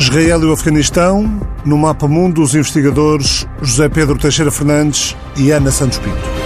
Israel e o Afeganistão, no Mapa Mundo, os investigadores José Pedro Teixeira Fernandes e Ana Santos Pinto.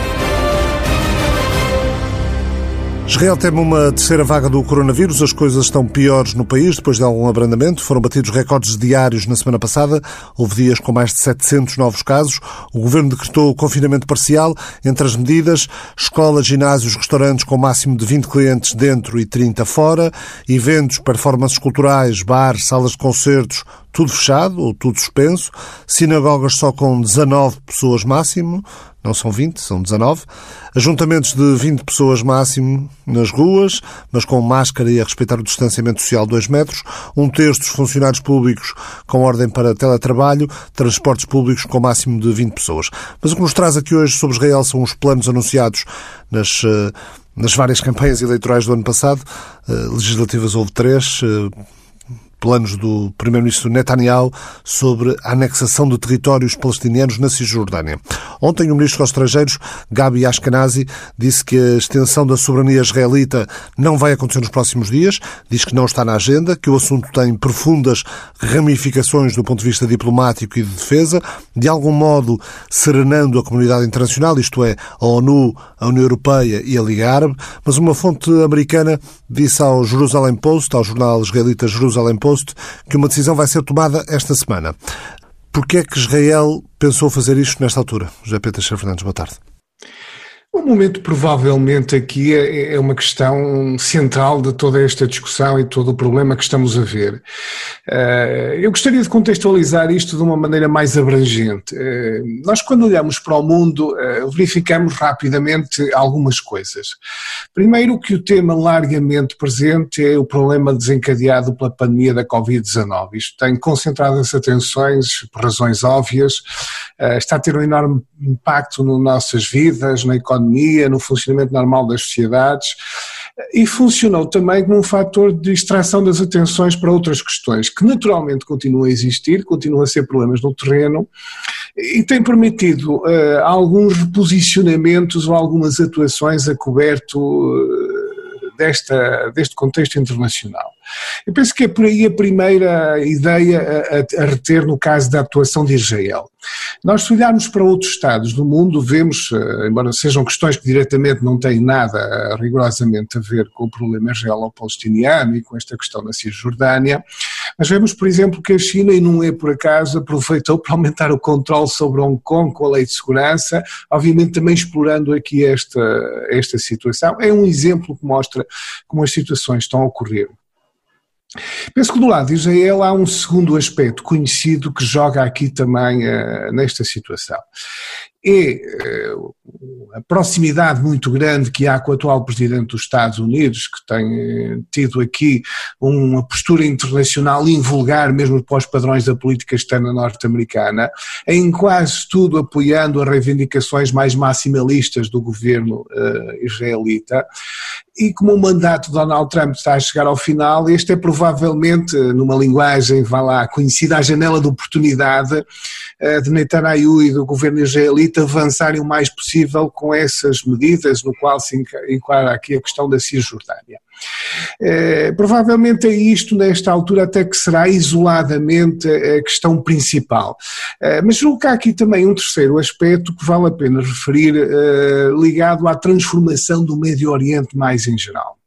Israel teme uma terceira vaga do coronavírus. As coisas estão piores no país depois de algum abrandamento. Foram batidos recordes diários na semana passada. Houve dias com mais de 700 novos casos. O governo decretou confinamento parcial. Entre as medidas, escolas, ginásios, restaurantes com máximo de 20 clientes dentro e 30 fora, eventos, performances culturais, bares, salas de concertos, tudo fechado ou tudo suspenso, sinagogas só com 19 pessoas máximo, não são 20, são 19, ajuntamentos de 20 pessoas máximo nas ruas, mas com máscara e a respeitar o distanciamento social de 2 metros, 1/3 dos funcionários públicos com ordem para teletrabalho, transportes públicos com máximo de 20 pessoas. Mas o que nos traz aqui hoje sobre Israel são os planos anunciados nas várias campanhas eleitorais do ano passado. Legislativas houve 3, planos do primeiro-ministro Netanyahu sobre a anexação de territórios palestinianos na Cisjordânia. Ontem, o ministro dos Estrangeiros, Gabi Ashkenazi, disse que a extensão da soberania israelita não vai acontecer nos próximos dias, diz que não está na agenda, que o assunto tem profundas ramificações do ponto de vista diplomático e de defesa, de algum modo serenando a comunidade internacional, isto é, a ONU, a União Europeia e a Liga Árabe, mas uma fonte americana disse ao Jerusalem Post, ao jornal israelita Jerusalem Post, que uma decisão vai ser tomada esta semana. Por que é que Israel pensou fazer isto nesta altura? José Pedro Teixeira Fernandes, boa tarde. O momento provavelmente aqui é uma questão central de toda esta discussão e todo o problema que estamos a ver. Eu gostaria de contextualizar isto de uma maneira mais abrangente. Nós, quando olhamos para o mundo, verificamos rapidamente algumas coisas. Primeiro, que o tema largamente presente é o problema desencadeado pela pandemia da Covid-19. Isto tem concentrado as atenções, por razões óbvias, está a ter um enorme impacto nas nossas vidas, na economia, no funcionamento normal das sociedades, e funcionou também como um fator de distração das atenções para outras questões, que naturalmente continuam a existir, continuam a ser problemas no terreno, e tem permitido alguns reposicionamentos ou algumas atuações a coberto deste contexto internacional. Eu penso que é por aí a primeira ideia a reter no caso da atuação de Israel. Nós, se olharmos para outros Estados do mundo, vemos, embora sejam questões que diretamente não têm nada rigorosamente a ver com o problema israelo-palestiniano e com esta questão na Cisjordânia, mas vemos, por exemplo, que a China, e não é por acaso, aproveitou para aumentar o controle sobre Hong Kong com a lei de segurança, obviamente também explorando aqui esta situação. É um exemplo que mostra como as situações estão a ocorrer. Penso que do lado de Israel há um segundo aspecto conhecido que joga aqui também nesta situação. É a proximidade muito grande que há com o atual presidente dos Estados Unidos, que tem tido aqui uma postura internacional invulgar, mesmo para os padrões da política externa norte-americana, em quase tudo apoiando as reivindicações mais maximalistas do governo israelita. E como o mandato de Donald Trump está a chegar ao final, este é provavelmente, numa linguagem, conhecida, a janela de oportunidade de Netanyahu e do governo israelita avançarem o mais possível com essas medidas, no qual se enquadra aqui a questão da Cisjordânia. Provavelmente é isto, nesta altura, até que será isoladamente a questão principal. Mas julgo que há aqui também um terceiro aspecto que vale a pena referir, ligado à transformação do Médio Oriente mais em geral.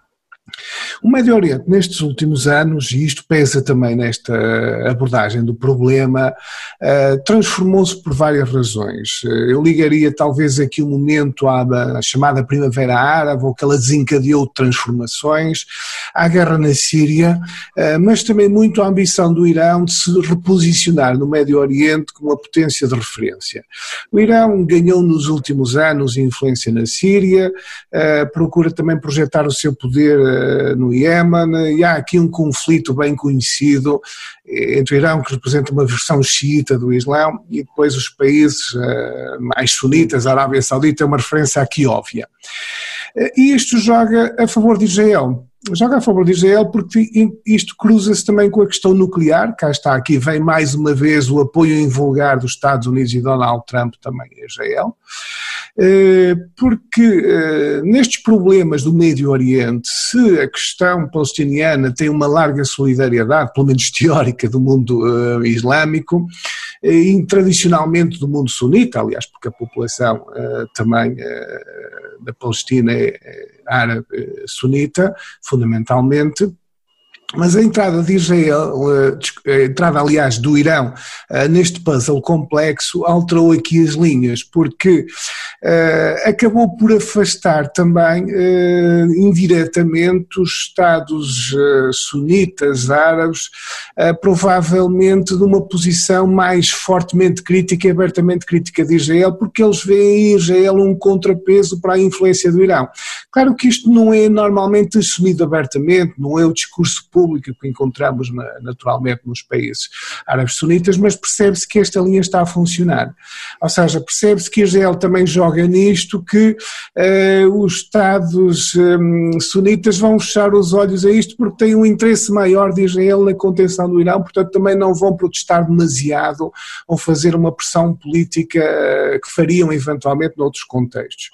O Médio Oriente, nestes últimos anos, e isto pesa também nesta abordagem do problema, transformou-se por várias razões. Eu ligaria talvez aqui um momento à chamada Primavera Árabe, ou que ela desencadeou transformações, à guerra na Síria, mas também muito à ambição do Irão de se reposicionar no Médio Oriente como uma potência de referência. O Irão ganhou nos últimos anos influência na Síria, procura também projetar o seu poder no Iémen, e há aqui um conflito bem conhecido entre o Irão, que representa uma versão xiita do Islão, e depois os países mais sunitas, a Arábia Saudita é uma referência aqui óbvia. E isto joga a favor de Israel. Joga a favor de Israel porque isto cruza-se também com a questão nuclear. Cá está, aqui vem mais uma vez o apoio invulgar dos Estados Unidos e Donald Trump também a Israel. porque nestes problemas do Médio Oriente, se a questão palestiniana tem uma larga solidariedade, pelo menos teórica, do mundo islâmico, e tradicionalmente do mundo sunita, aliás, porque a população também da Palestina é árabe sunita, fundamentalmente. Mas a entrada de Israel, a entrada, aliás, do Irão neste puzzle complexo alterou aqui as linhas, porque acabou por afastar também indiretamente os Estados sunitas árabes, provavelmente de uma posição mais fortemente crítica e abertamente crítica de Israel, porque eles veem em Israel um contrapeso para a influência do Irão. Claro que isto não é normalmente assumido abertamente, não é o discurso pública que encontramos naturalmente nos países árabes sunitas, mas percebe-se que esta linha está a funcionar. Ou seja, percebe-se que Israel também joga nisto, que os Estados sunitas vão fechar os olhos a isto porque têm um interesse maior de Israel na contenção do Irão, portanto também não vão protestar demasiado ou fazer uma pressão política que fariam eventualmente noutros contextos.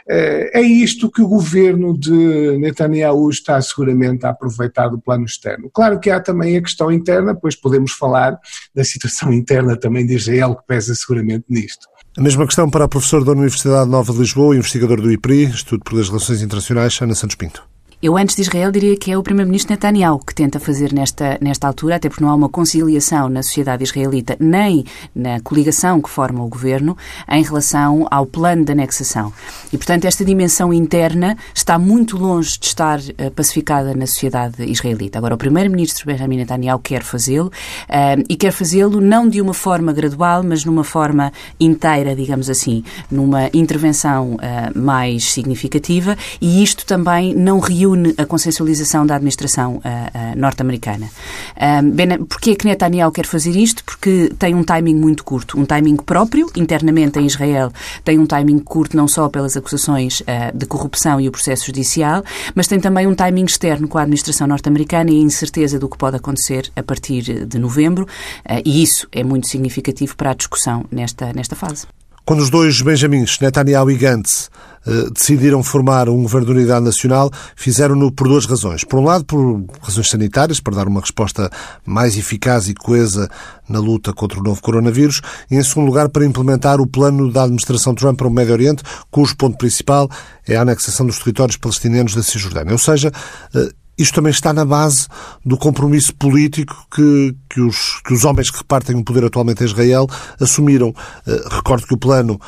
É isto que o governo de Netanyahu está seguramente a aproveitar do plano externo. Claro que há também a questão interna, pois podemos falar da situação interna também de Israel, que pesa seguramente nisto. A mesma questão para a professora da Universidade Nova de Lisboa e investigador do IPRI, Instituto por das Relações Internacionais, Ana Santos Pinto. Eu, antes de Israel, diria que é o primeiro-ministro Netanyahu que tenta fazer nesta altura, até porque não há uma conciliação na sociedade israelita, nem na coligação que forma o governo, em relação ao plano de anexação. E, portanto, esta dimensão interna está muito longe de estar pacificada na sociedade israelita. Agora, o primeiro-ministro Benjamin Netanyahu quer fazê-lo, e quer fazê-lo não de uma forma gradual, mas numa forma inteira, digamos assim, numa intervenção mais significativa, e isto também não reúne a consensualização da administração norte-americana. Porquê é que Netanyahu quer fazer isto? Porque tem um timing muito curto, um timing próprio, internamente em Israel, tem um timing curto não só pelas acusações de corrupção e o processo judicial, mas tem também um timing externo com a administração norte-americana e a incerteza do que pode acontecer a partir de novembro, e isso é muito significativo para a discussão nesta fase. Quando os dois Benjamins, Netanyahu e Gantz, decidiram formar um governo de unidade nacional, fizeram-no por duas razões. Por um lado, por razões sanitárias, para dar uma resposta mais eficaz e coesa na luta contra o novo coronavírus, e em segundo lugar, para implementar o plano da administração Trump para o Médio Oriente, cujo ponto principal é a anexação dos territórios palestinianos da Cisjordânia. Ou seja, isto também está na base do compromisso político que os homens que repartem o poder atualmente em Israel assumiram. Recordo que o plano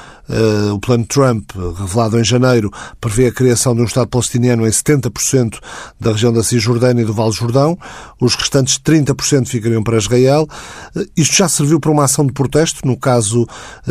Trump, revelado em janeiro, prevê a criação de um Estado palestiniano em 70% da região da Cisjordânia e do Vale do Jordão. Os restantes 30% ficariam para Israel. Isto já serviu para uma ação de protesto, no caso,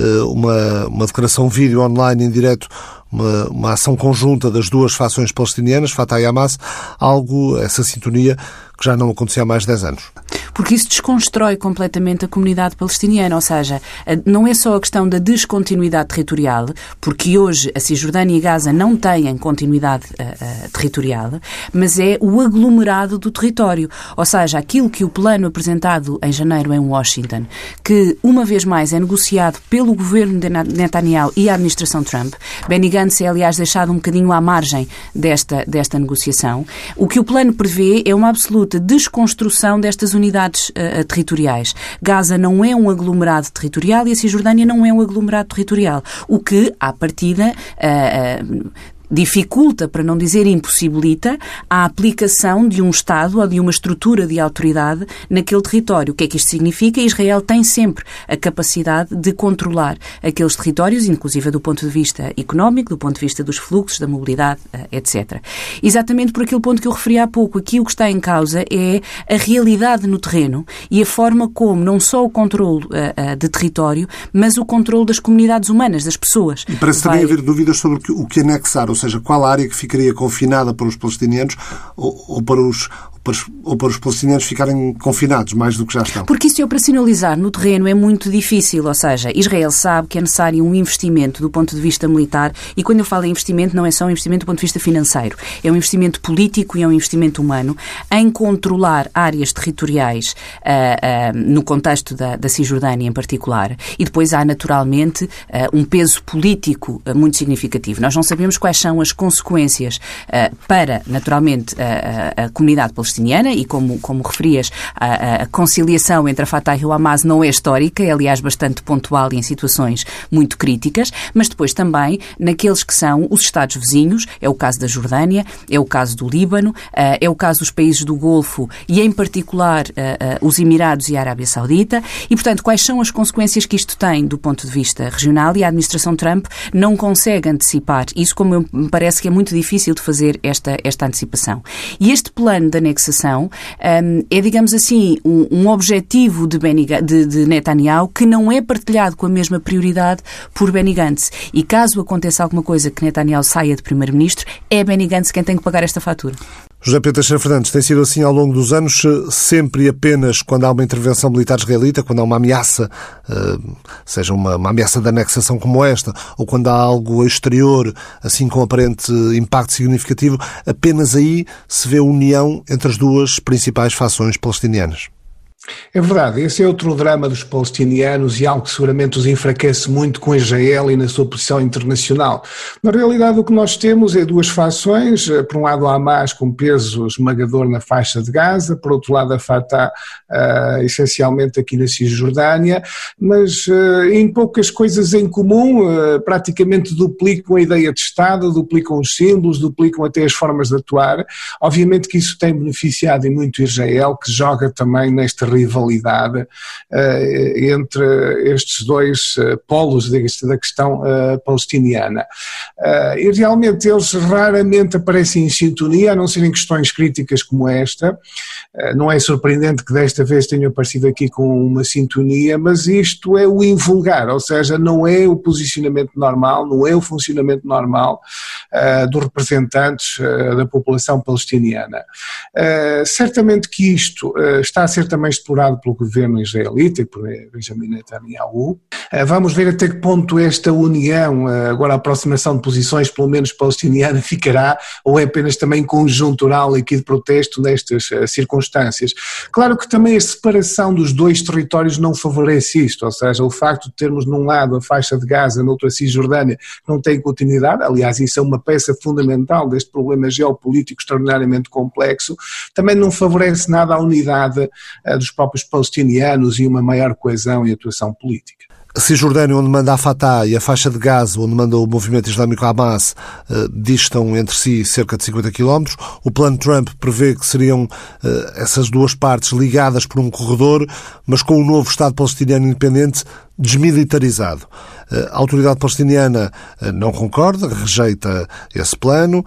uma declaração vídeo online em direto, uma ação conjunta das duas fações palestinianas, Fatah e Hamas, essa sintonia que já não acontecia há mais de 10 anos. Porque isso desconstrói completamente a comunidade palestiniana, ou seja, não é só a questão da descontinuidade territorial, porque hoje a Cisjordânia e Gaza não têm continuidade territorial, mas é o aglomerado do território, ou seja, aquilo que o plano apresentado em janeiro em Washington, que uma vez mais é negociado pelo governo de Netanyahu e a administração Trump. Benny Gantz é, aliás, deixado um bocadinho à margem desta negociação. O que o plano prevê é uma absoluta desconstrução destas unidades territoriais. Gaza não é um aglomerado territorial e a Cisjordânia não é um aglomerado territorial, o que, à partida, dificulta, para não dizer impossibilita, a aplicação de um Estado ou de uma estrutura de autoridade naquele território. O que é que isto significa? Israel tem sempre a capacidade de controlar aqueles territórios, inclusive do ponto de vista económico, do ponto de vista dos fluxos, da mobilidade, etc. Exatamente por aquele ponto que eu referi há pouco. Aqui o que está em causa é a realidade no terreno e a forma como não só o controle de território, mas o controle das comunidades humanas, das pessoas. E parece também haver dúvidas sobre o que anexar, ou seja, qual a área que ficaria confinada para os palestinianos ou para ou para os palestinianos ficarem confinados mais do que já estão? Porque isso operacionalizar no terreno é muito difícil, ou seja, Israel sabe que é necessário um investimento do ponto de vista militar, e quando eu falo em investimento não é só um investimento do ponto de vista financeiro, é um investimento político e é um investimento humano em controlar áreas territoriais no contexto da Cisjordânia em particular, e depois há naturalmente um peso político muito significativo. Nós não sabemos quais são as consequências para, naturalmente, a comunidade palestiniana, e como referias, a conciliação entre a Fatah e o Hamas não é histórica, é aliás bastante pontual e em situações muito críticas, mas depois também naqueles que são os Estados vizinhos, é o caso da Jordânia, é o caso do Líbano, é o caso dos países do Golfo e em particular os Emirados e a Arábia Saudita, e portanto quais são as consequências que isto tem do ponto de vista regional, e a administração Trump não consegue antecipar isso, como me parece que é muito difícil de fazer esta antecipação. E este plano de anexação é, digamos assim, um objetivo de Netanyahu que não é partilhado com a mesma prioridade por Benny Gantz. E caso aconteça alguma coisa que Netanyahu saia de primeiro-ministro, é Benny Gantz quem tem que pagar esta fatura. José Pedro Teixeira Fernandes, tem sido assim ao longo dos anos, sempre e apenas quando há uma intervenção militar israelita, quando há uma ameaça, seja uma ameaça de anexação como esta, ou quando há algo exterior, assim com aparente impacto significativo, apenas aí se vê a união entre as duas principais fações palestinianas. É verdade, esse é outro drama dos palestinianos e algo que seguramente os enfraquece muito com Israel e na sua posição internacional. Na realidade o que nós temos é duas fações, por um lado a Hamas com peso esmagador na faixa de Gaza, por outro lado a Fatah essencialmente aqui na Cisjordânia, mas em poucas coisas em comum, praticamente duplicam a ideia de Estado, duplicam os símbolos, duplicam até as formas de atuar. Obviamente que isso tem beneficiado em muito Israel, que joga também nesta rivalidade entre estes dois polos da questão palestiniana. E realmente eles raramente aparecem em sintonia, a não ser em questões críticas como esta. Não é surpreendente que desta vez tenham aparecido aqui com uma sintonia, mas isto é o invulgar, ou seja, não é o posicionamento normal, não é o funcionamento normal dos representantes da população palestiniana. Certamente que isto está a ser também explorado pelo governo israelita e por Benjamin Netanyahu. Vamos ver até que ponto esta união, agora a aproximação de posições, pelo menos palestiniana, ficará, ou é apenas também conjuntural aqui de protesto nestas circunstâncias. Claro que também a separação dos dois territórios não favorece isto, ou seja, o facto de termos num lado a faixa de Gaza, no outro a Cisjordânia, não tem continuidade, aliás isso é uma peça fundamental deste problema geopolítico extraordinariamente complexo, também não favorece nada a unidade dos próprios palestinianos e uma maior coesão e atuação política. A Cisjordânia, onde manda a Fatah, e a faixa de Gaza, onde manda o movimento islâmico Hamas, distam entre si cerca de 50 km. O plano Trump prevê que seriam essas duas partes ligadas por um corredor, mas com um novo Estado palestiniano independente desmilitarizado. A autoridade palestiniana não concorda, rejeita esse plano,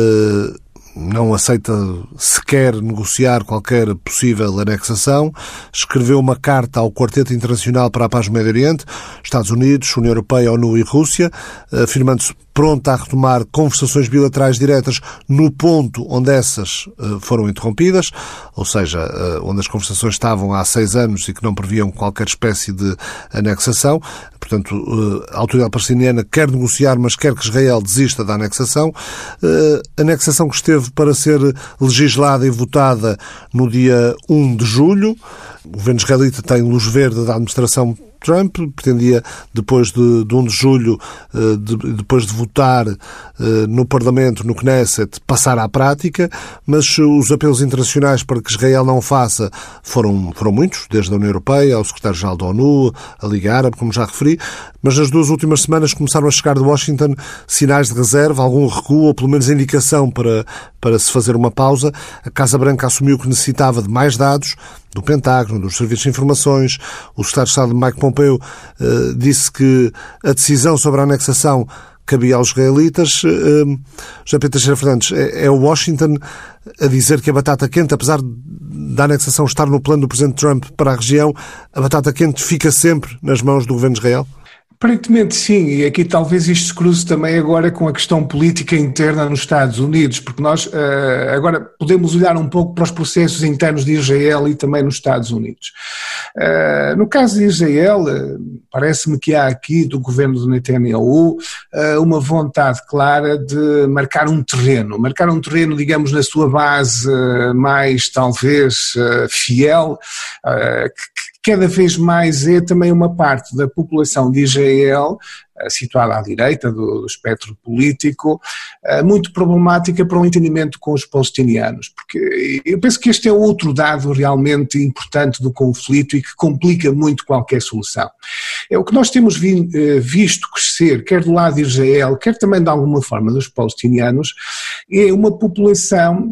não aceita sequer negociar qualquer possível anexação, escreveu uma carta ao Quarteto Internacional para a Paz no Médio Oriente, Estados Unidos, União Europeia, ONU e Rússia, afirmando-se pronta a retomar conversações bilaterais diretas no ponto onde essas foram interrompidas, ou seja, onde as conversações estavam há 6 anos e que não previam qualquer espécie de anexação. Portanto, a autoridade palestiniana quer negociar, mas quer que Israel desista da anexação. Anexação que esteve para ser legislada e votada no dia 1 de julho. O governo israelita tem luz verde da administração Trump, pretendia, depois de 1 de julho, depois de votar no Parlamento, no Knesset, passar à prática, mas os apelos internacionais para que Israel não o faça foram muitos, desde a União Europeia ao secretário-geral da ONU, a Liga Árabe, como já referi, mas nas 2 últimas semanas começaram a chegar de Washington sinais de reserva, algum recuo, ou pelo menos indicação para se fazer uma pausa. A Casa Branca assumiu que necessitava de mais dados, do Pentágono, dos serviços de informações. O secretário de Estado Mike Pompeo disse que a decisão sobre a anexação cabia aos israelitas. José Pedro Teixeira Fernandes, é o Washington a dizer que a batata quente, apesar da anexação estar no plano do presidente Trump para a região, a batata quente fica sempre nas mãos do governo de Israel? Aparentemente sim, e aqui talvez isto se cruze também agora com a questão política interna nos Estados Unidos, porque nós agora podemos olhar um pouco para os processos internos de Israel e também nos Estados Unidos. No caso de Israel, parece-me que há aqui do governo de Netanyahu uma vontade clara de marcar um terreno, digamos, na sua base mais talvez fiel, que cada vez mais é também uma parte da população de Israel, situada à direita do espectro político, muito problemática para o entendimento com os palestinianos, porque eu penso que este é outro dado realmente importante do conflito e que complica muito qualquer solução. É o que nós temos visto crescer, quer do lado de Israel, quer também de alguma forma dos palestinianos, é uma população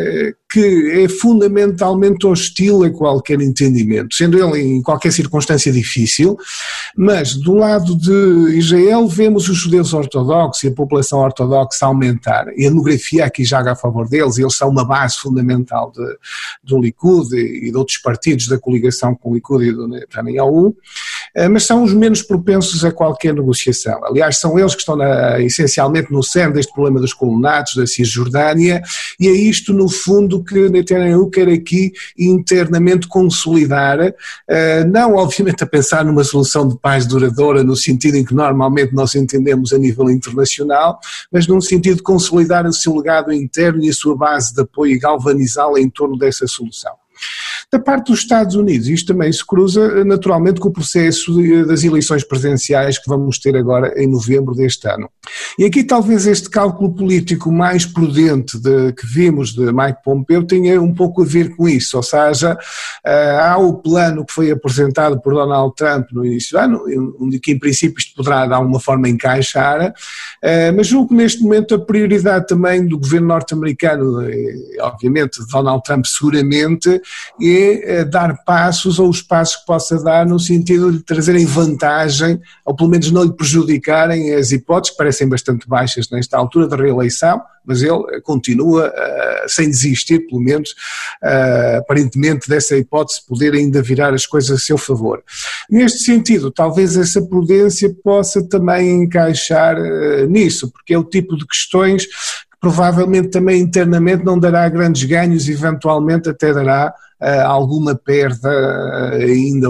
que é fundamentalmente hostil a qualquer entendimento, sendo ele em qualquer circunstância difícil, mas do lado de Israel vemos os judeus ortodoxos e a população ortodoxa aumentar, e a demografia aqui joga a favor deles, eles são uma base fundamental do Likud e de outros partidos da coligação com o Likud e do Netanyahu, mas são os menos propensos a qualquer negociação. Aliás, são eles que estão essencialmente no cerne deste problema dos colonatos, da Cisjordânia, e é isto, no fundo, que Netanyahu quer aqui internamente consolidar, não obviamente a pensar numa solução de paz duradoura, no sentido em que normalmente nós entendemos a nível internacional, mas num sentido de consolidar o seu legado interno e a sua base de apoio e galvanizá-la em torno dessa solução. Da parte dos Estados Unidos, isto também se cruza naturalmente com o processo das eleições presidenciais que vamos ter agora em novembro deste ano. E aqui talvez este cálculo político mais prudente que vimos de Mike Pompeo tenha um pouco a ver com isso, ou seja, há o plano que foi apresentado por Donald Trump no início do ano, onde que em princípio isto poderá de alguma forma encaixar, mas julgo que neste momento a prioridade também do governo norte-americano, obviamente de Donald Trump seguramente, é dar passos, ou os passos que possa dar no sentido de trazerem vantagem, ou pelo menos não lhe prejudicarem as hipóteses, que parecem bastante baixas nesta altura da reeleição, mas ele continua sem desistir, pelo menos aparentemente, dessa hipótese poder ainda virar as coisas a seu favor. Neste sentido, talvez essa prudência possa também encaixar nisso, porque é o tipo de questões que provavelmente também internamente não dará grandes ganhos, eventualmente até dará alguma perda ainda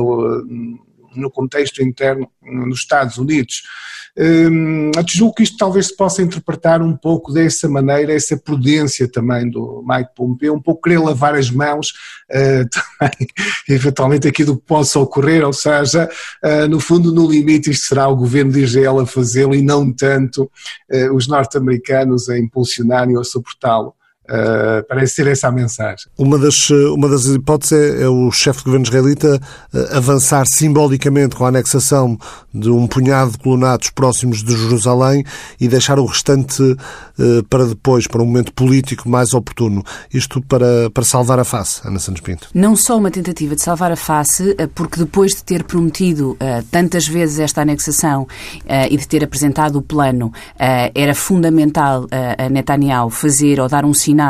no contexto interno nos Estados Unidos. Julgo que isto talvez se possa interpretar um pouco dessa maneira, essa prudência também do Mike Pompeo, um pouco querer lavar as mãos também, eventualmente aqui do que possa ocorrer, ou seja, no fundo, no limite, isto será o governo de Israel a fazê-lo e não tanto os norte-americanos a impulsionarem ou a suportá-lo. Parece ser essa a mensagem. Uma das hipóteses é o chefe de governo israelita avançar simbolicamente com a anexação de um punhado de colonatos próximos de Jerusalém e deixar o restante para depois, para um momento político mais oportuno. Isto para salvar a face, Ana Santos Pinto. Não só uma tentativa de salvar a face, porque depois de ter prometido tantas vezes esta anexação e de ter apresentado o plano, era fundamental a Netanyahu fazer ou dar um sinal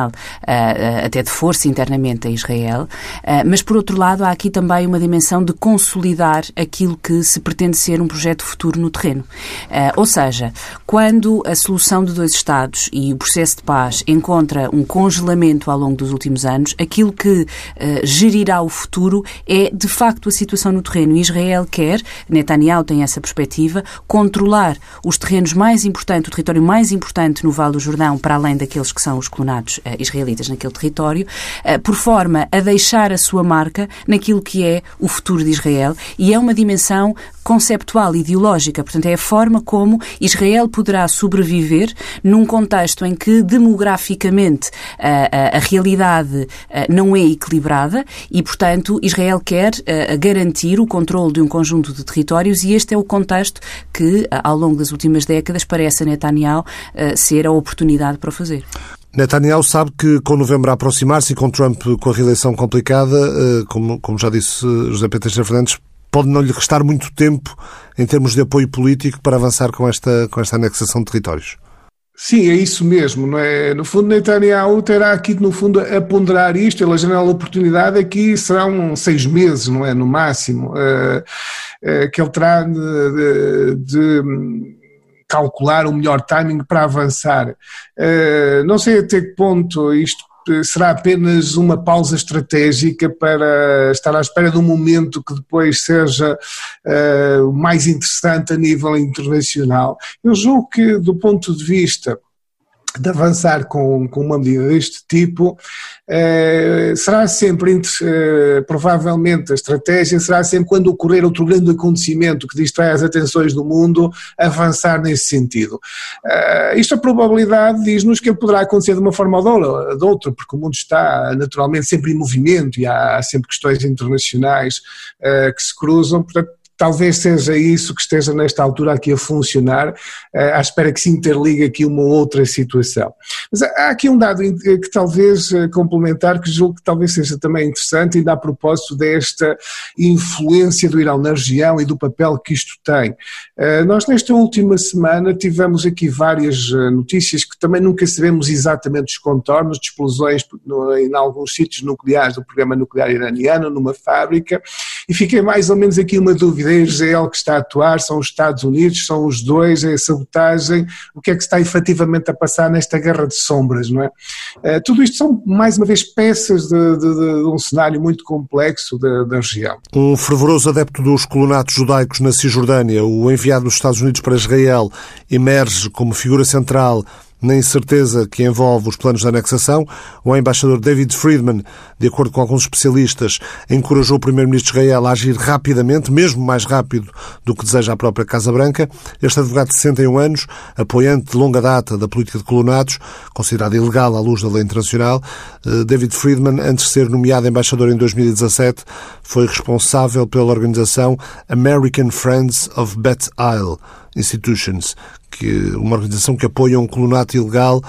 até de força internamente a Israel, mas por outro lado há aqui também uma dimensão de consolidar aquilo que se pretende ser um projeto futuro no terreno. Ou seja, quando a solução de dois Estados e o processo de paz encontra um congelamento ao longo dos últimos anos, aquilo que gerirá o futuro é de facto a situação no terreno. Israel quer, Netanyahu tem essa perspectiva, controlar os terrenos mais importantes, o território mais importante no Vale do Jordão, para além daqueles que são os colonatos israelitas naquele território, por forma a deixar a sua marca naquilo que é o futuro de Israel, e é uma dimensão conceptual, ideológica, portanto é a forma como Israel poderá sobreviver num contexto em que demograficamente a realidade não é equilibrada e, portanto, Israel quer garantir o controle de um conjunto de territórios, e este é o contexto que, ao longo das últimas décadas, parece a Netanyahu ser a oportunidade para o fazer. Netanyahu sabe que, com novembro a aproximar-se e com Trump com a reeleição complicada, como já disse José Pedro Teixeira Fernandes, pode não lhe restar muito tempo em termos de apoio político para avançar com esta anexação de territórios. Sim, é isso mesmo, não é? No fundo, Netanyahu terá aqui, no fundo, a ponderar isto. A janela de oportunidade aqui serão 6 meses, não é? No máximo, que ele terá de calcular o melhor timing para avançar. Não sei até que ponto isto será apenas uma pausa estratégica para estar à espera de um momento que depois seja mais interessante a nível internacional. Eu julgo que, do ponto de vista de avançar com uma medida deste tipo, será sempre, provavelmente a estratégia será sempre, quando ocorrer outro grande acontecimento que distrai as atenções do mundo, avançar nesse sentido. Isto, a probabilidade diz-nos que ele poderá acontecer de uma forma ou de outra, porque o mundo está naturalmente sempre em movimento e há sempre questões internacionais que se cruzam, portanto, talvez seja isso que esteja nesta altura aqui a funcionar, à espera que se interligue aqui uma outra situação. Mas há aqui um dado que talvez complementar, que julgo que talvez seja também interessante, ainda a propósito desta influência do Irão na região e do papel que isto tem. Nós nesta última semana tivemos aqui várias notícias que também nunca sabemos exatamente os contornos de explosões em alguns sítios nucleares do programa nuclear iraniano, numa fábrica, e fiquei mais ou menos aqui uma dúvida. É Israel que está a atuar, são os Estados Unidos, são os dois, é a sabotagem, o que é que está efetivamente a passar nesta guerra de sombras, não é? Tudo isto são, mais uma vez, peças de um cenário muito complexo da região. Um fervoroso adepto dos colonatos judaicos na Cisjordânia, o enviado dos Estados Unidos para Israel, emerge como figura central na incerteza que envolve os planos de anexação. O embaixador David Friedman, de acordo com alguns especialistas, encorajou o primeiro-ministro de Israel a agir rapidamente, mesmo mais rápido do que deseja a própria Casa Branca. Este advogado de 61 anos, apoiante de longa data da política de colonatos, considerada ilegal à luz da lei internacional, David Friedman, antes de ser nomeado embaixador em 2017, foi responsável pela organização American Friends of Beth Isle Institutions, uma organização que apoia um colonato ilegal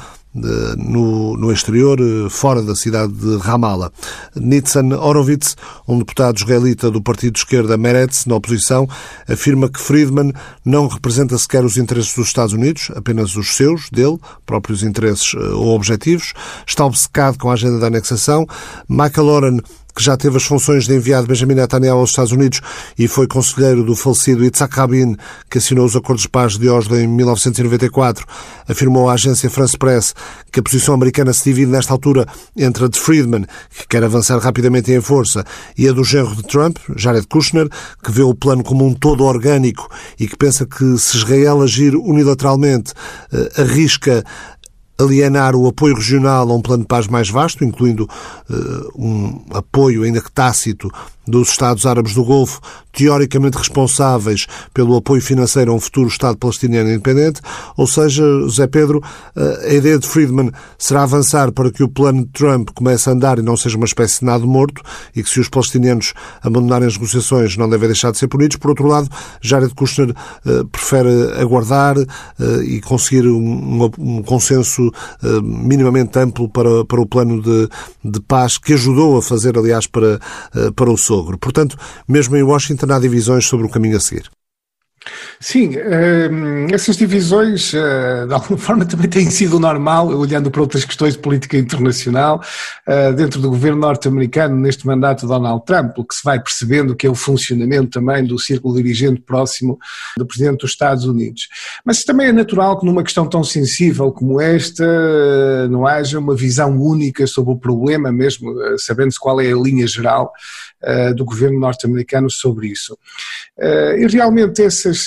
no exterior, fora da cidade de Ramallah. Nitzan Horowitz, um deputado israelita do partido de esquerda Meretz, na oposição, afirma que Friedman não representa sequer os interesses dos Estados Unidos, apenas os seus, dele, próprios interesses ou objetivos. Está obcecado com a agenda da anexação. Michael Oren, que já teve as funções de enviado de Benjamin Netanyahu aos Estados Unidos e foi conselheiro do falecido Yitzhak Rabin, que assinou os acordos de paz de Oslo em 1994, afirmou à agência France Press que a posição americana se divide nesta altura entre a de Friedman, que quer avançar rapidamente e em força, e a do genro de Trump, Jared Kushner, que vê o plano como um todo orgânico e que pensa que, se Israel agir unilateralmente, arrisca alienar o apoio regional a um plano de paz mais vasto, incluindo um apoio, ainda que tácito, dos Estados Árabes do Golfo, teoricamente responsáveis pelo apoio financeiro a um futuro Estado palestiniano independente. Ou seja, José Pedro, a ideia de Friedman será avançar para que o plano de Trump comece a andar e não seja uma espécie de nado morto, e que, se os palestinianos abandonarem as negociações, não devem deixar de ser punidos. Por outro lado, Jared Kushner prefere aguardar e conseguir um consenso minimamente amplo para o plano de paz que ajudou a fazer, aliás, para o sogro. Portanto, mesmo em Washington há divisões sobre o caminho a seguir. Sim, essas divisões de alguma forma também têm sido normal, olhando para outras questões de política internacional, dentro do governo norte-americano neste mandato de Donald Trump, o que se vai percebendo que é o funcionamento também do círculo dirigente próximo do Presidente dos Estados Unidos. Mas também é natural que numa questão tão sensível como esta não haja uma visão única sobre o problema, mesmo sabendo-se qual é a linha geral do governo norte-americano sobre isso. E realmente esses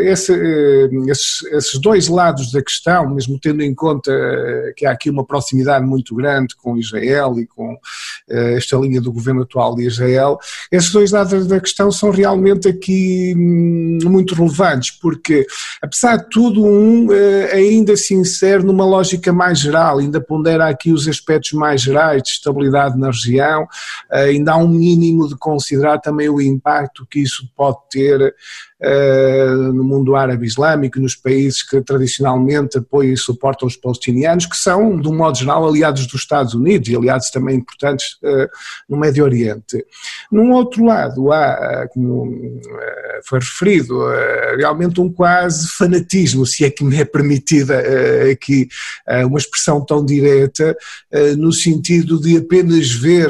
dois lados da questão, mesmo tendo em conta que há aqui uma proximidade muito grande com Israel e com esta linha do governo atual de Israel, esses dois lados da questão são realmente aqui muito relevantes, porque, apesar de tudo, ainda se insere numa lógica mais geral, ainda pondera aqui os aspectos mais gerais de estabilidade na região, ainda há um mínimo de considerar também o impacto que isso pode ter no mundo árabe islâmico, nos países que tradicionalmente apoiam e suportam os palestinianos, que são, de um modo geral, aliados dos Estados Unidos e aliados também importantes no Médio Oriente. Num outro lado, há, como foi referido, realmente um quase fanatismo, se é que me é permitida aqui uma expressão tão direta, no sentido de apenas ver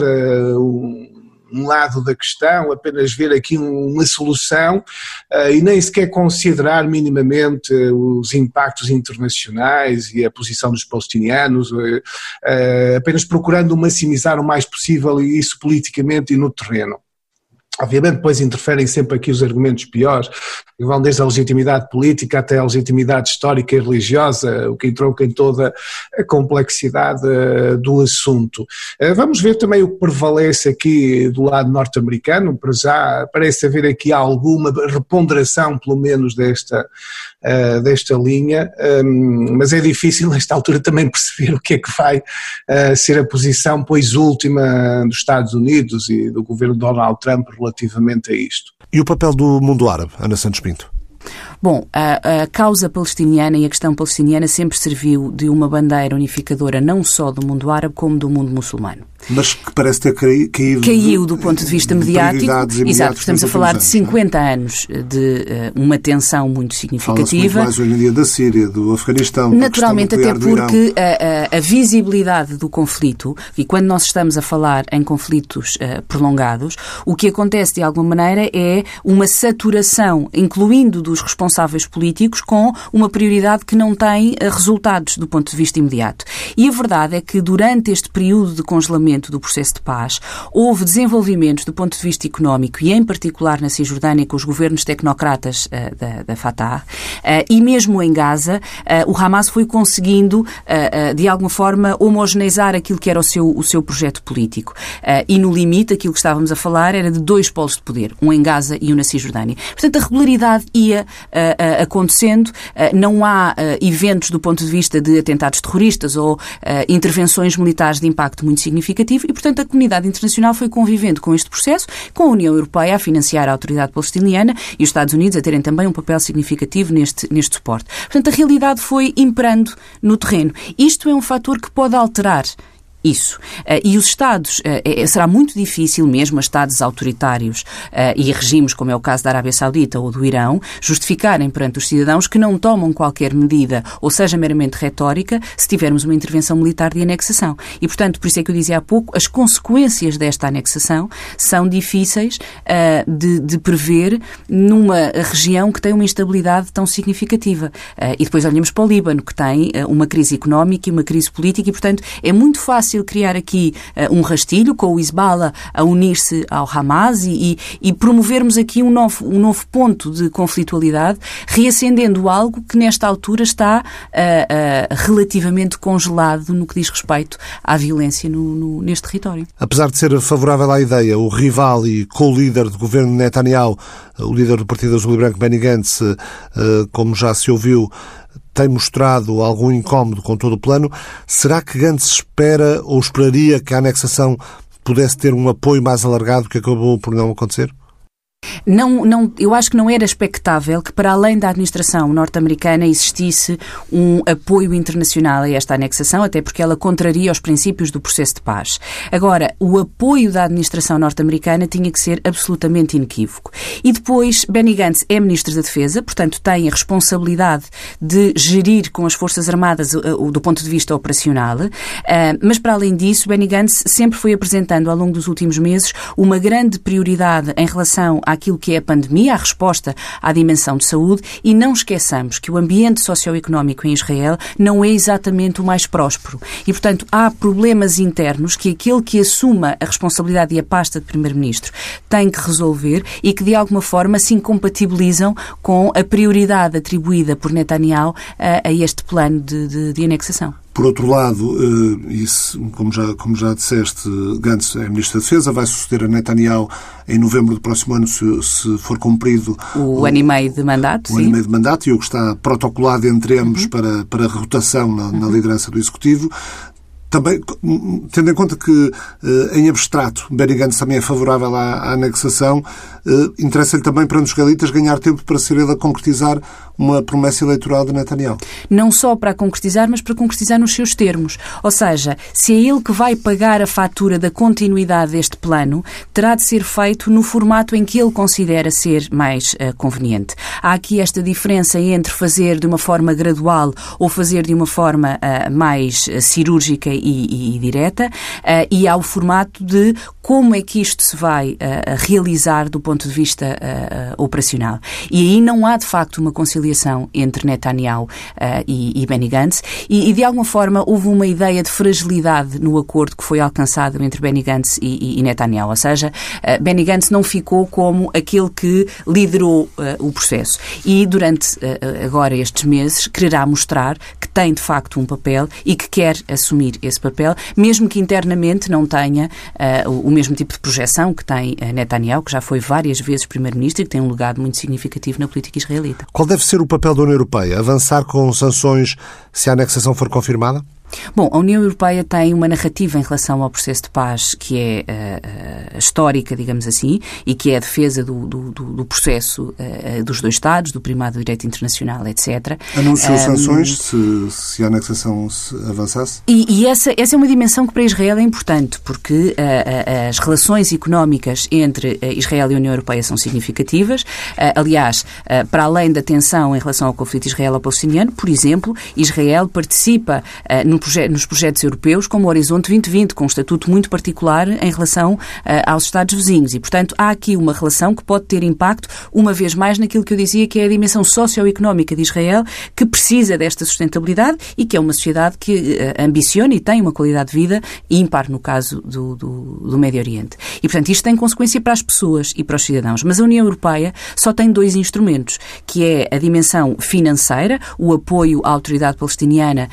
um lado da questão, apenas ver aqui uma solução e nem sequer considerar minimamente os impactos internacionais e a posição dos palestinianos, apenas procurando maximizar o mais possível isso politicamente e no terreno. Obviamente depois interferem sempre aqui os argumentos piores, que vão desde a legitimidade política até a legitimidade histórica e religiosa, o que entronca em toda a complexidade do assunto. Vamos ver também o que prevalece aqui do lado norte-americano, para já parece haver aqui alguma reponderação pelo menos desta linha, mas é difícil nesta altura também perceber o que é que vai ser a posição pois última dos Estados Unidos e do governo de Donald Trump relativamente a isto. E o papel do mundo árabe, Ana Santos Pinto? Bom, a causa palestiniana e a questão palestiniana sempre serviu de uma bandeira unificadora não só do mundo árabe como do mundo muçulmano. Mas que parece ter caído... Caiu do ponto de vista mediático. Exato, estamos a falar de 50 anos de uma tensão muito significativa. Fala-se muito mais hoje em dia da Síria, do Afeganistão... Naturalmente, até porque a visibilidade do conflito, e quando nós estamos a falar em conflitos prolongados, o que acontece de alguma maneira é uma saturação, incluindo dos responsáveis políticos, com uma prioridade que não tem resultados do ponto de vista imediato. E a verdade é que durante este período de congelamento do processo de paz, houve desenvolvimentos do ponto de vista económico e em particular na Cisjordânia com os governos tecnocratas da Fatah e mesmo em Gaza o Hamas foi conseguindo de alguma forma homogeneizar aquilo que era o seu projeto político e no limite aquilo que estávamos a falar era de dois polos de poder, um em Gaza e um na Cisjordânia. Portanto, a regularidade ia acontecendo, não há eventos do ponto de vista de atentados terroristas ou intervenções militares de impacto muito significativo e, portanto, a comunidade internacional foi convivendo com este processo, com a União Europeia a financiar a autoridade palestiniana e os Estados Unidos a terem também um papel significativo neste suporte. Portanto, a realidade foi imperando no terreno. Isto é um fator que pode alterar isso. E os Estados, será muito difícil mesmo a Estados autoritários e regimes, como é o caso da Arábia Saudita ou do Irão, justificarem perante os cidadãos que não tomam qualquer medida, ou seja, meramente retórica, se tivermos uma intervenção militar de anexação. E, portanto, por isso é que eu dizia há pouco, as consequências desta anexação são difíceis de prever numa região que tem uma instabilidade tão significativa. E depois olhamos para o Líbano, que tem uma crise económica e uma crise política e, portanto, é muito fácil criar aqui um rastilho com o Hezbollah a unir-se ao Hamas e promovermos aqui um novo ponto de conflitualidade, reacendendo algo que nesta altura está relativamente congelado no que diz respeito à violência neste território. Apesar de ser favorável à ideia, o rival e co-líder do governo Netanyahu, o líder do Partido Azul e Branco, Benny Gantz, como já se ouviu, tem mostrado algum incómodo com todo o plano. Será que Gantz espera ou esperaria que a anexação pudesse ter um apoio mais alargado que acabou por não acontecer? Não, eu acho que não era expectável que, para além da administração norte-americana, existisse um apoio internacional a esta anexação, até porque ela contraria os princípios do processo de paz. Agora, o apoio da administração norte-americana tinha que ser absolutamente inequívoco. E depois, Benny Gantz é Ministro da Defesa, portanto tem a responsabilidade de gerir com as Forças Armadas do ponto de vista operacional, mas para além disso, Benny Gantz sempre foi apresentando ao longo dos últimos meses uma grande prioridade em relação àquilo que é a pandemia, a resposta à dimensão de saúde, e não esqueçamos que o ambiente socioeconómico em Israel não é exatamente o mais próspero. E, portanto, há problemas internos que aquele que assuma a responsabilidade e a pasta de Primeiro-Ministro tem que resolver e que, de alguma forma, se incompatibilizam com a prioridade atribuída por Netanyahu a este plano de anexação. Por outro lado, isso, como já disseste, Gantz é Ministro da Defesa, vai suceder a Netanyahu em novembro do próximo ano, se for cumprido o ano e meio de mandato. O ano e meio de mandato, e o que está protocolado entre ambos para a rotação na liderança do Executivo. Também, tendo em conta que, em abstrato, Benny Gantz também é favorável à anexação, interessa-lhe também, para os israelitas, ganhar tempo para ser ele a concretizar uma promessa eleitoral de Netanyahu. Não só para a concretizar, mas para concretizar nos seus termos. Ou seja, se é ele que vai pagar a fatura da continuidade deste plano, terá de ser feito no formato em que ele considera ser mais conveniente. Há aqui esta diferença entre fazer de uma forma gradual ou fazer de uma forma mais cirúrgica e direta, e há o formato de como é que isto se vai realizar do ponto de vista operacional. E aí não há, de facto, uma conciliação entre Netanyahu e Benny Gantz, e de alguma forma houve uma ideia de fragilidade no acordo que foi alcançado entre Benny Gantz e Netanyahu. Ou seja, Benny Gantz não ficou como aquele que liderou o processo. E durante agora estes meses quererá mostrar que tem de facto um papel e que quer assumir esse papel, mesmo que internamente não tenha o mesmo tipo de projeção que tem Netanyahu, que já foi várias vezes Primeiro-Ministro e que tem um legado muito significativo na política israelita. Qual deve ser o papel da União Europeia? Avançar com sanções se a anexação for confirmada? Bom, a União Europeia tem uma narrativa em relação ao processo de paz que é histórica, digamos assim, e que é a defesa do processo dos dois Estados, do primado do direito internacional, etc. Anunciou sanções se a anexação avançasse? E essa é uma dimensão que para Israel é importante, porque as relações económicas entre Israel e a União Europeia são significativas. Aliás, para além da tensão em relação ao conflito israelo-palestiniano, por exemplo, Israel participa nos projetos europeus como o Horizonte 2020, com um estatuto muito particular em relação aos Estados vizinhos. E, portanto, há aqui uma relação que pode ter impacto, uma vez mais, naquilo que eu dizia que é a dimensão socioeconómica de Israel, que precisa desta sustentabilidade e que é uma sociedade que ambiciona e tem uma qualidade de vida ímpar no caso do Médio Oriente. E, portanto, isto tem consequência para as pessoas e para os cidadãos. Mas a União Europeia só tem dois instrumentos, que é a dimensão financeira, o apoio à autoridade palestiniana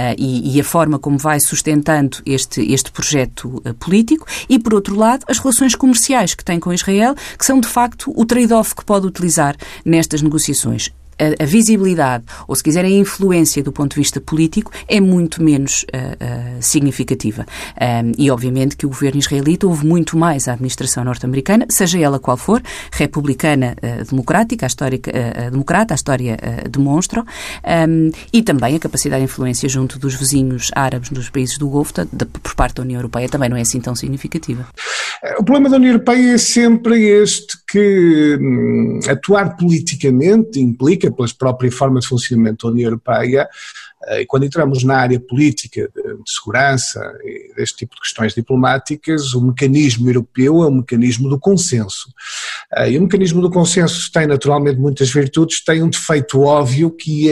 e a forma como vai sustentando este projeto político, e, por outro lado, as relações comerciais que tem com Israel, que são, de facto, o trade-off que pode utilizar nestas negociações. A visibilidade, ou se quiser a influência do ponto de vista político, é muito menos significativa. E obviamente que o governo israelita ouve muito mais a administração norte-americana, seja ela qual for, republicana, democrática, democrata, a história demonstra, e também a capacidade de influência junto dos vizinhos árabes dos países do Golfo, por parte da União Europeia, também não é assim tão significativa. O problema da União Europeia é sempre este, que atuar politicamente implica, pela própria forma de funcionamento da União Europeia, e quando entramos na área política, de segurança e deste tipo de questões diplomáticas, o mecanismo europeu é o mecanismo do consenso. E o mecanismo do consenso tem naturalmente muitas virtudes, tem um defeito óbvio que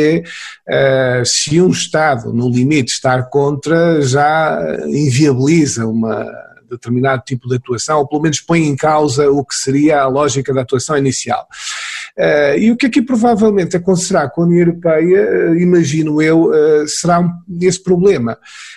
é, se um Estado no limite estar contra, já inviabiliza uma determinado tipo de atuação, ou pelo menos põe em causa o que seria a lógica da atuação inicial. E o que aqui provavelmente acontecerá com a União Europeia, imagino eu, será esse problema,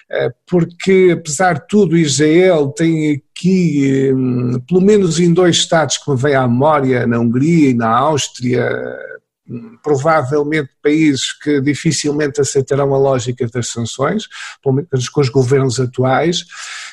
porque apesar de tudo Israel tem aqui, pelo menos em dois Estados que me vêm à memória, na Hungria e na Áustria, provavelmente países que dificilmente aceitarão a lógica das sanções, pelo menos com os governos atuais,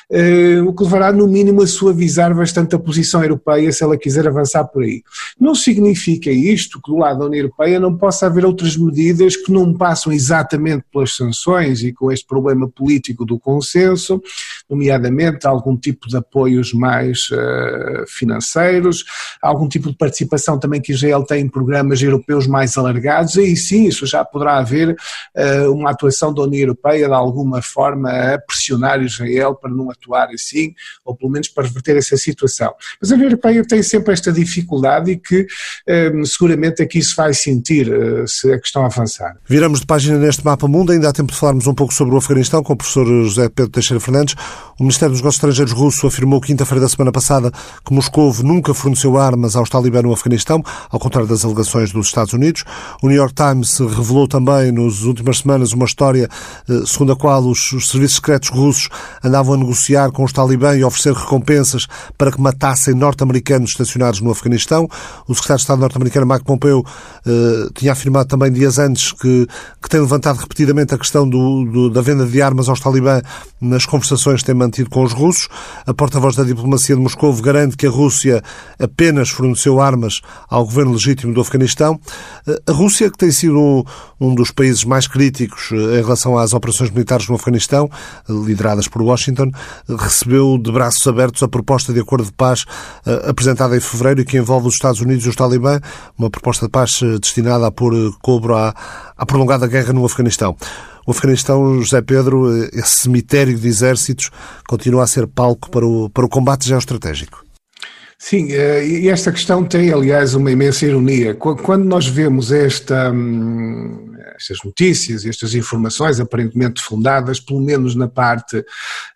o que levará no mínimo a suavizar bastante a posição europeia se ela quiser avançar por aí. Não significa isto que do lado da União Europeia não possa haver outras medidas que não passam exatamente pelas sanções e com este problema político do consenso, nomeadamente algum tipo de apoios mais financeiros, algum tipo de participação também que Israel tem em programas europeus mais alargados, e sim, isso já poderá haver uma atuação da União Europeia de alguma forma a pressionar Israel para não atuar assim, ou pelo menos para reverter essa situação. Mas a União Europeia tem sempre esta dificuldade e que seguramente aqui se vai sentir se a questão avançar. Viramos de página neste Mapa Mundo, ainda há tempo de falarmos um pouco sobre o Afeganistão com o professor José Pedro Teixeira Fernandes. O Ministério dos Negócios Estrangeiros russo afirmou quinta-feira da semana passada que Moscovo nunca forneceu armas aos talibã no Afeganistão, ao contrário das alegações dos Estados Unidos. O New York Times revelou também nas últimas semanas uma história segundo a qual os serviços secretos russos andavam a negociar negociar com os talibã e oferecer recompensas para que matassem norte-americanos estacionados no Afeganistão. O secretário de Estado norte-americano, Mike Pompeo, tinha afirmado também dias antes que tem levantado repetidamente a questão da venda de armas aos talibã nas conversações que tem mantido com os russos. A porta-voz da diplomacia de Moscovo garante que a Rússia apenas forneceu armas ao governo legítimo do Afeganistão. A Rússia, que tem sido um dos países mais críticos em relação às operações militares no Afeganistão, lideradas por Washington, recebeu de braços abertos a proposta de acordo de paz apresentada em fevereiro e que envolve os Estados Unidos e os talibã, uma proposta de paz destinada a pôr cobro à prolongada guerra no Afeganistão. O Afeganistão, José Pedro, esse cemitério de exércitos, continua a ser palco para o combate geoestratégico. Sim, e esta questão tem, aliás, uma imensa ironia. Quando nós vemos estas notícias, estas informações aparentemente fundadas, pelo menos na parte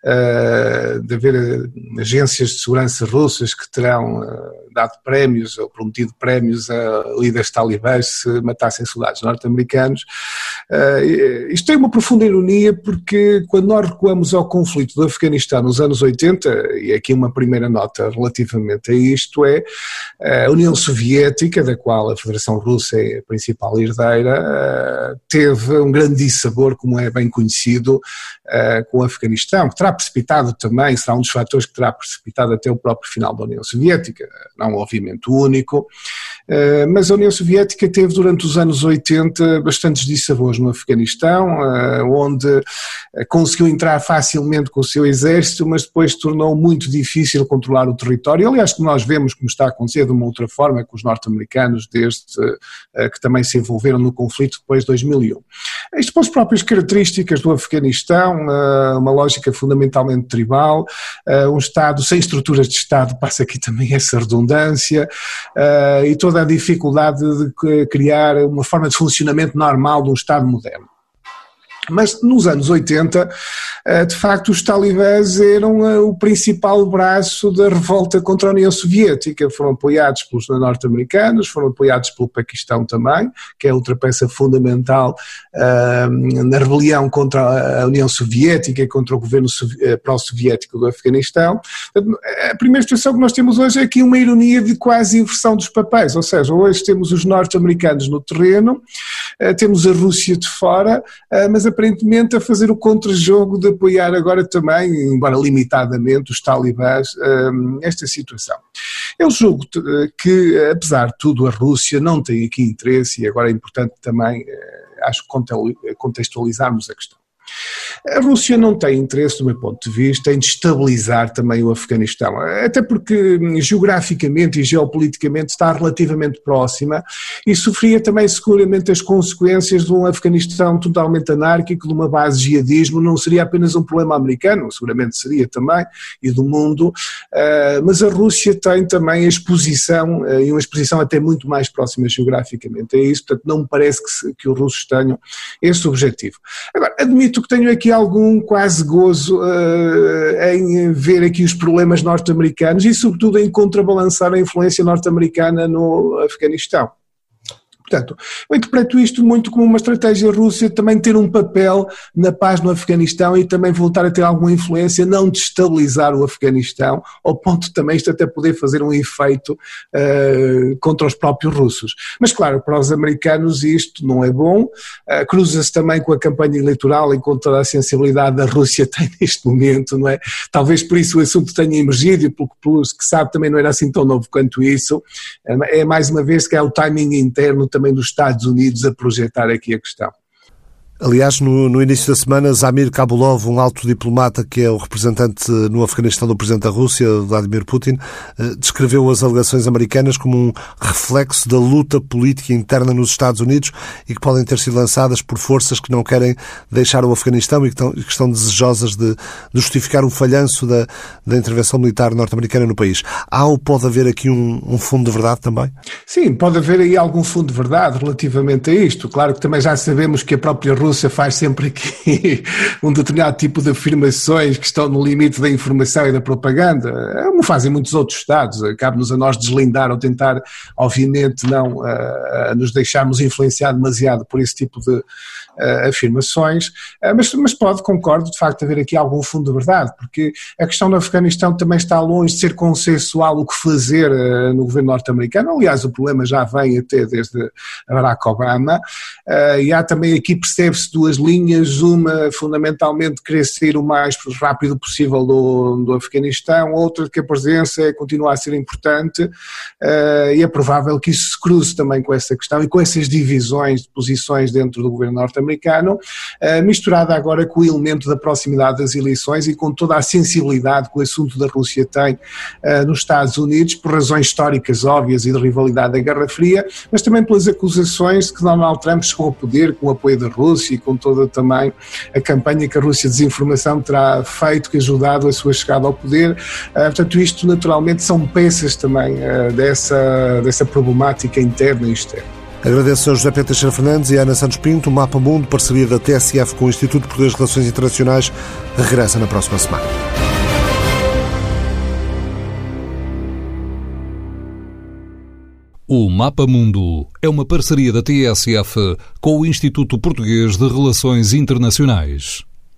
de haver agências de segurança russas que terão dado prémios ou prometido prémios a líderes talibãs se matassem soldados norte-americanos, isto tem uma profunda ironia porque quando nós recuamos ao conflito do Afeganistão nos anos 80, e aqui uma primeira nota relativamente a isto é a União Soviética, da qual a Federação Russa é a principal herdeira, teve um grande dissabor, como é bem conhecido, com o Afeganistão, que terá precipitado também, será um dos fatores que terá precipitado até o próprio final da União Soviética, não obviamente o único, mas a União Soviética teve durante os anos 80 bastantes dissabores no Afeganistão, onde conseguiu entrar facilmente com o seu exército, mas depois tornou muito difícil controlar o território. Aliás, que nós vemos como está a acontecer de uma outra forma com os norte-americanos, desde que também se envolveram no conflito depois de 2001. Isto pelas próprias características do Afeganistão, uma lógica fundamentalmente tribal, um Estado sem estruturas de Estado, passa aqui também essa redundância, e toda a dificuldade de criar uma forma de funcionamento normal de um Estado moderno. Mas nos anos 80, de facto, os talibãs eram o principal braço da revolta contra a União Soviética. Foram apoiados pelos norte-americanos, foram apoiados pelo Paquistão também, que é outra peça fundamental na rebelião contra a União Soviética e contra o governo pró-soviético do Afeganistão. A primeira situação que nós temos hoje é aqui uma ironia de quase inversão dos papéis, ou seja, hoje temos os norte-americanos no terreno, temos a Rússia de fora, mas aparentemente a fazer o contra-jogo de apoiar agora também, embora limitadamente, os talibãs esta situação. Eu julgo que, apesar de tudo, a Rússia não tem aqui interesse, e agora é importante também, acho, contextualizarmos a questão. A Rússia não tem interesse, do meu ponto de vista, em destabilizar também o Afeganistão, até porque geograficamente e geopoliticamente está relativamente próxima e sofria também seguramente as consequências de um Afeganistão totalmente anárquico, de uma base de jihadismo. Não seria apenas um problema americano, seguramente seria também, e do mundo, mas a Rússia tem também a exposição, e uma exposição até muito mais próxima geograficamente a isso, portanto não me parece que os russos tenham esse objetivo. Agora, admito que tenho aqui algum quase gozo em ver aqui os problemas norte-americanos e sobretudo em contrabalançar a influência norte-americana no Afeganistão. Portanto, eu interpreto isto muito como uma estratégia russa também ter um papel na paz no Afeganistão e também voltar a ter alguma influência, não destabilizar o Afeganistão, ao ponto de também isto até poder fazer um efeito contra os próprios russos. Mas claro, para os americanos isto não é bom, cruza-se também com a campanha eleitoral e com toda a sensibilidade da Rússia tem neste momento, não é? Talvez por isso o assunto tenha emergido e pelo que sabe também não era assim tão novo quanto isso, é mais uma vez que é o timing interno também dos Estados Unidos a projetar aqui a questão. Aliás, no início da semana, Zamir Kabulov, um alto diplomata que é o representante no Afeganistão do presidente da Rússia, Vladimir Putin, descreveu as alegações americanas como um reflexo da luta política interna nos Estados Unidos e que podem ter sido lançadas por forças que não querem deixar o Afeganistão e que estão desejosas de justificar o falhanço da intervenção militar norte-americana no país. Há ou pode haver aqui um fundo de verdade também? Sim, pode haver aí algum fundo de verdade relativamente a isto. Claro que também já sabemos que a própria Rússia Rússia faz sempre aqui um determinado tipo de afirmações que estão no limite da informação e da propaganda, como fazem muitos outros Estados. Cabe-nos a nós deslindar ou tentar, obviamente, não nos deixarmos influenciar demasiado por esse tipo de afirmações, mas pode, concordo, de facto haver aqui algum fundo de verdade, porque a questão do Afeganistão também está longe de ser consensual o que fazer no governo norte-americano. Aliás, o problema já vem até desde Barack Obama, e há também aqui, percebe-se, duas linhas, uma fundamentalmente querer sair o mais rápido possível do Afeganistão, outra que a presença continua a ser importante, e é provável que isso se cruze também com essa questão e com essas divisões de posições dentro do governo norte-americano, misturada agora com o elemento da proximidade das eleições e com toda a sensibilidade que o assunto da Rússia tem nos Estados Unidos, por razões históricas óbvias e de rivalidade da Guerra Fria, mas também pelas acusações de que Donald Trump chegou ao poder com o apoio da Rússia e com toda também a campanha que a Rússia de desinformação terá feito, que ajudado a sua chegada ao poder. Portanto, isto naturalmente são peças também dessa problemática interna e externa. Agradeço a José Pedro Teixeira Fernandes e a Ana Santos Pinto. O Mapa Mundo, parceria da TSF com o Instituto Português de Relações Internacionais, regressa na próxima semana. O Mapa Mundo é uma parceria da TSF com o Instituto Português de Relações Internacionais.